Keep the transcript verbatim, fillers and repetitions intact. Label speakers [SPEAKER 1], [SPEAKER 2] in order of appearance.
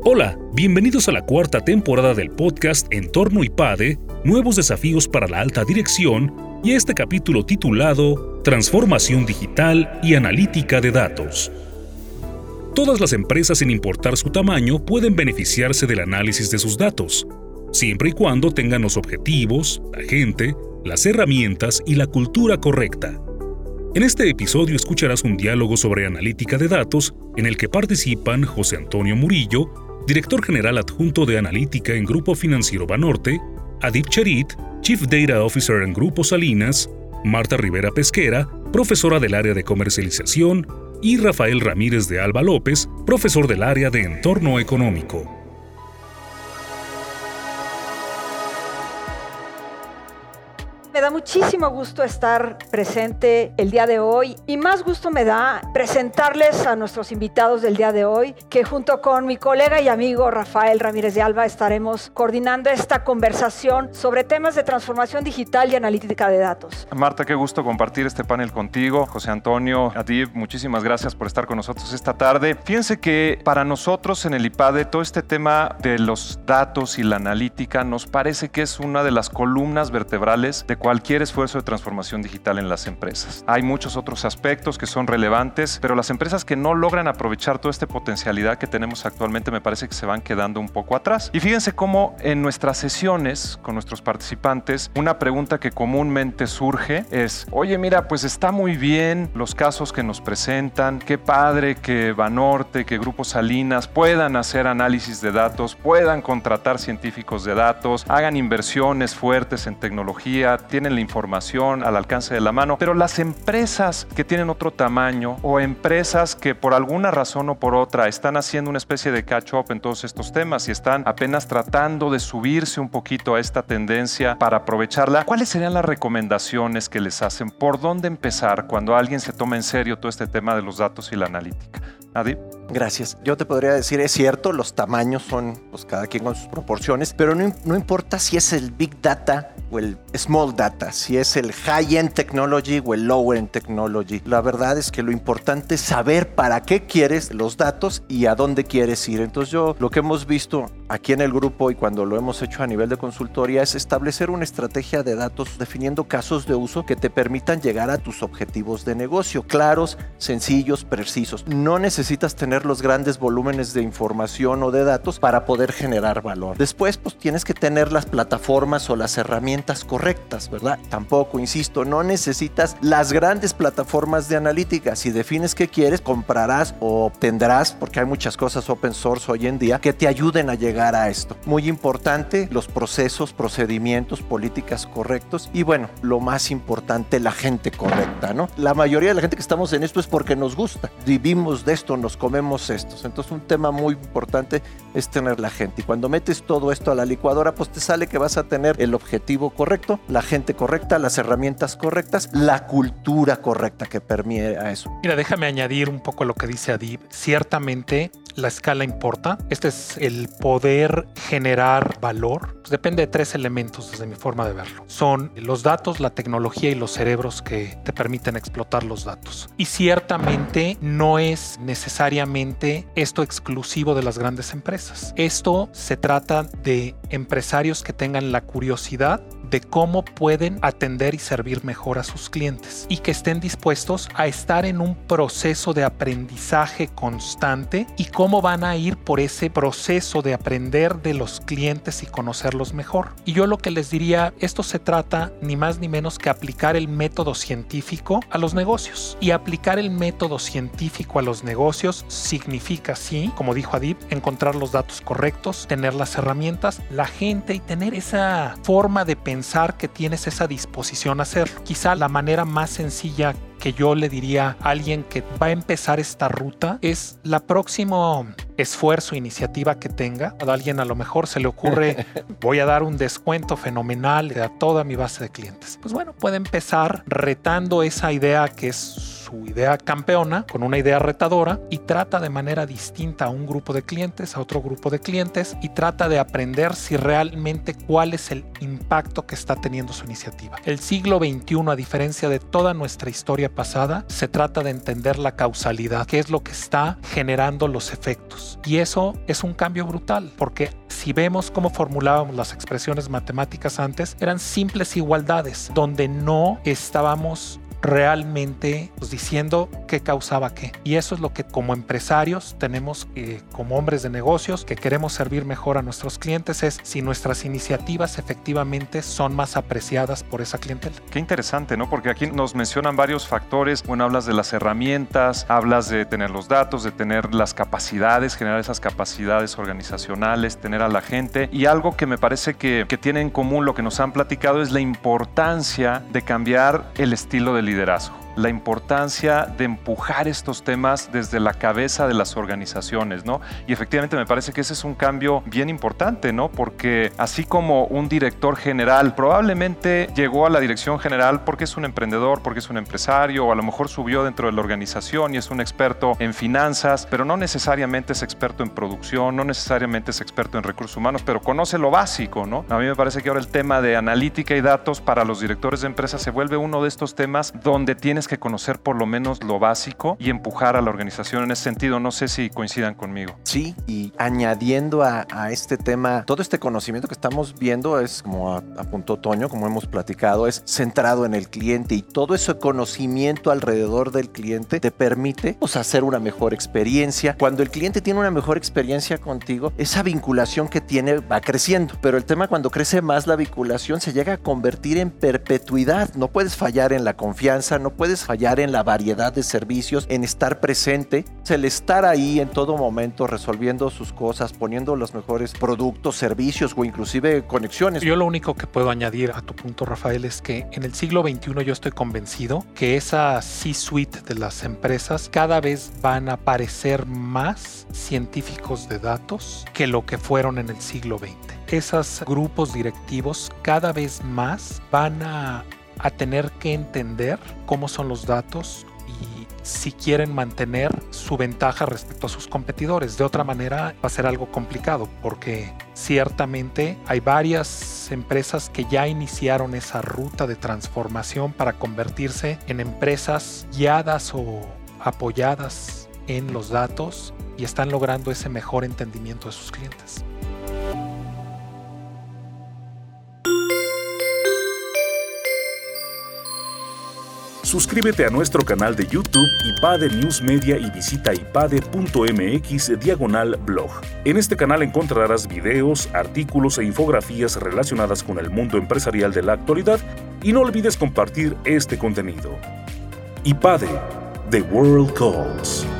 [SPEAKER 1] Hola, bienvenidos a la cuarta temporada del podcast Entorno IPADE, Nuevos Desafíos para la Alta Dirección, y este capítulo titulado Transformación Digital y Analítica de Datos. Todas las empresas, sin importar su tamaño, pueden beneficiarse del análisis de sus datos, siempre y cuando tengan los objetivos, la gente, las herramientas y la cultura correcta. En este episodio escucharás un diálogo sobre analítica de datos en el que participan José Antonio Murillo, Director General Adjunto de Analítica en Grupo Financiero Banorte, Adib Cherit, Chief Data Officer en Grupo Salinas, Marta Rivera Pesquera, profesora del área de comercialización, y Rafael Ramírez de Alba López, profesor del área de Entorno Económico.
[SPEAKER 2] Me da muchísimo gusto estar presente el día de hoy y más gusto me da presentarles a nuestros invitados del día de hoy, que junto con mi colega y amigo Rafael Ramírez de Alba estaremos coordinando esta conversación sobre temas de transformación digital y analítica de datos.
[SPEAKER 3] Marta, qué gusto compartir este panel contigo. José Antonio, Adib, muchísimas gracias por estar con nosotros esta tarde. Fíjense que para nosotros en el IPADE todo este tema de los datos y la analítica nos parece que es una de las columnas vertebrales de cualquier esfuerzo de transformación digital en las empresas. Hay muchos otros aspectos que son relevantes, pero las empresas que no logran aprovechar toda esta potencialidad que tenemos actualmente me parece que se van quedando un poco atrás. Y fíjense cómo en nuestras sesiones con nuestros participantes, una pregunta que comúnmente surge es: oye, mira, pues está muy bien los casos que nos presentan, qué padre que Banorte, que Grupo Salinas puedan hacer análisis de datos, puedan contratar científicos de datos, hagan inversiones fuertes en tecnología, tienen la información al alcance de la mano, pero las empresas que tienen otro tamaño o empresas que por alguna razón o por otra están haciendo una especie de catch-up en todos estos temas y están apenas tratando de subirse un poquito a esta tendencia para aprovecharla, ¿cuáles serían las recomendaciones que les hacen? ¿Por dónde empezar cuando alguien se toma en serio todo este tema de los datos y la analítica? Adib.
[SPEAKER 4] Gracias. Yo te podría decir, es cierto, los tamaños son pues, cada quien con sus proporciones, pero no, no importa si es el Big Data o el Small Data, si es el High-End Technology o el Low-End Technology. La verdad es que lo importante es saber para qué quieres los datos y a dónde quieres ir. Entonces yo lo que hemos visto aquí en el grupo y cuando lo hemos hecho a nivel de consultoría es establecer una estrategia de datos definiendo casos de uso que te permitan llegar a tus objetivos de negocio, claros, sencillos, precisos. No necesitas tener los grandes volúmenes de información o de datos para poder generar valor. Después, pues tienes que tener las plataformas o las herramientas correctas, ¿verdad? Tampoco, insisto, no necesitas las grandes plataformas de analítica. Si defines qué quieres, comprarás o obtendrás, porque hay muchas cosas open source hoy en día que te ayuden a llegar a esto. Muy importante, los procesos, procedimientos, políticas correctos y bueno, lo más importante, la gente correcta, ¿no? La mayoría de la gente que estamos en esto es porque nos gusta. Vivimos de esto, nos comemos estos. Entonces un tema muy importante es tener la gente. Y cuando metes todo esto a la licuadora, pues te sale que vas a tener el objetivo correcto, la gente correcta, las herramientas correctas, la cultura correcta que permee a eso.
[SPEAKER 5] Mira, déjame añadir un poco lo que dice Adib. Ciertamente la escala importa. Este es el poder generar valor. Pues depende de tres elementos desde mi forma de verlo. Son los datos, la tecnología y los cerebros que te permiten explotar los datos. Y ciertamente no es necesariamente esto exclusivo de las grandes empresas. Esto se trata de empresarios que tengan la curiosidad de cómo pueden atender y servir mejor a sus clientes y que estén dispuestos a estar en un proceso de aprendizaje constante y cómo van a ir por ese proceso de aprender de los clientes y conocerlos mejor. Y yo lo que les diría, esto se trata ni más ni menos que aplicar el método científico a los negocios. Y aplicar el método científico a los negocios significa, sí, como dijo Adib, encontrar los datos correctos, tener las herramientas, la gente y tener esa forma de pensar pensar que tienes esa disposición a hacerlo. Quizá la manera más sencilla que yo le diría a alguien que va a empezar esta ruta es la próximo esfuerzo, iniciativa que tenga. A alguien a lo mejor se le ocurre, voy a dar un descuento fenomenal a toda mi base de clientes. Pues bueno, puede empezar retando esa idea que es su idea campeona, con una idea retadora, y trata de manera distinta a un grupo de clientes, a otro grupo de clientes, y trata de aprender si realmente cuál es el impacto que está teniendo su iniciativa. El siglo veintiuno, a diferencia de toda nuestra historia pasada, se trata de entender la causalidad, qué es lo que está generando los efectos. Y eso es un cambio brutal, porque si vemos cómo formulábamos las expresiones matemáticas antes, eran simples igualdades, donde no estábamos realmente pues, diciendo qué causaba qué. Y eso es lo que como empresarios tenemos, eh, como hombres de negocios que queremos servir mejor a nuestros clientes, es si nuestras iniciativas efectivamente son más apreciadas por esa clientela.
[SPEAKER 3] Qué interesante, ¿no? Porque aquí nos mencionan varios factores. Bueno, hablas de las herramientas, hablas de tener los datos, de tener las capacidades, generar esas capacidades organizacionales, tener a la gente. Y algo que me parece que, que tiene en común lo que nos han platicado es la importancia de cambiar el estilo de liderazgo, la importancia de empujar estos temas desde la cabeza de las organizaciones, ¿no? Y efectivamente me parece que ese es un cambio bien importante, ¿no? Porque así como un director general probablemente llegó a la dirección general porque es un emprendedor, porque es un empresario, o a lo mejor subió dentro de la organización y es un experto en finanzas, pero no necesariamente es experto en producción, no necesariamente es experto en recursos humanos, pero conoce lo básico, ¿no? A mí me parece que ahora el tema de analítica y datos para los directores de empresas se vuelve uno de estos temas donde tienes que conocer por lo menos lo básico y empujar a la organización en ese sentido. No sé si coincidan conmigo.
[SPEAKER 4] Sí, y añadiendo a, a este tema, todo este conocimiento que estamos viendo es, como apuntó Toño, como hemos platicado, es centrado en el cliente, y todo ese conocimiento alrededor del cliente te permite pues, hacer una mejor experiencia. Cuando el cliente tiene una mejor experiencia contigo, esa vinculación que tiene va creciendo, pero el tema cuando crece más la vinculación se llega a convertir en perpetuidad. No puedes fallar en la confianza, no puedes fallar en la variedad de servicios, en estar presente, el estar ahí en todo momento resolviendo sus cosas, poniendo los mejores productos, servicios o inclusive conexiones.
[SPEAKER 5] Yo lo único que puedo añadir a tu punto, Rafael, es que en el siglo veintiuno yo estoy convencido que esa C-suite de las empresas cada vez van a aparecer más científicos de datos que lo que fueron en el siglo veinte. Esos grupos directivos cada vez más van a a tener que entender cómo son los datos y si quieren mantener su ventaja respecto a sus competidores. De otra manera va a ser algo complicado, porque ciertamente hay varias empresas que ya iniciaron esa ruta de transformación para convertirse en empresas guiadas o apoyadas en los datos y están logrando ese mejor entendimiento de sus clientes.
[SPEAKER 1] Suscríbete a nuestro canal de YouTube IPADE News Media y visita ipade punto mx diagonal blog. En este canal encontrarás videos, artículos e infografías relacionadas con el mundo empresarial de la actualidad, y no olvides compartir este contenido. IPADE, The World Calls.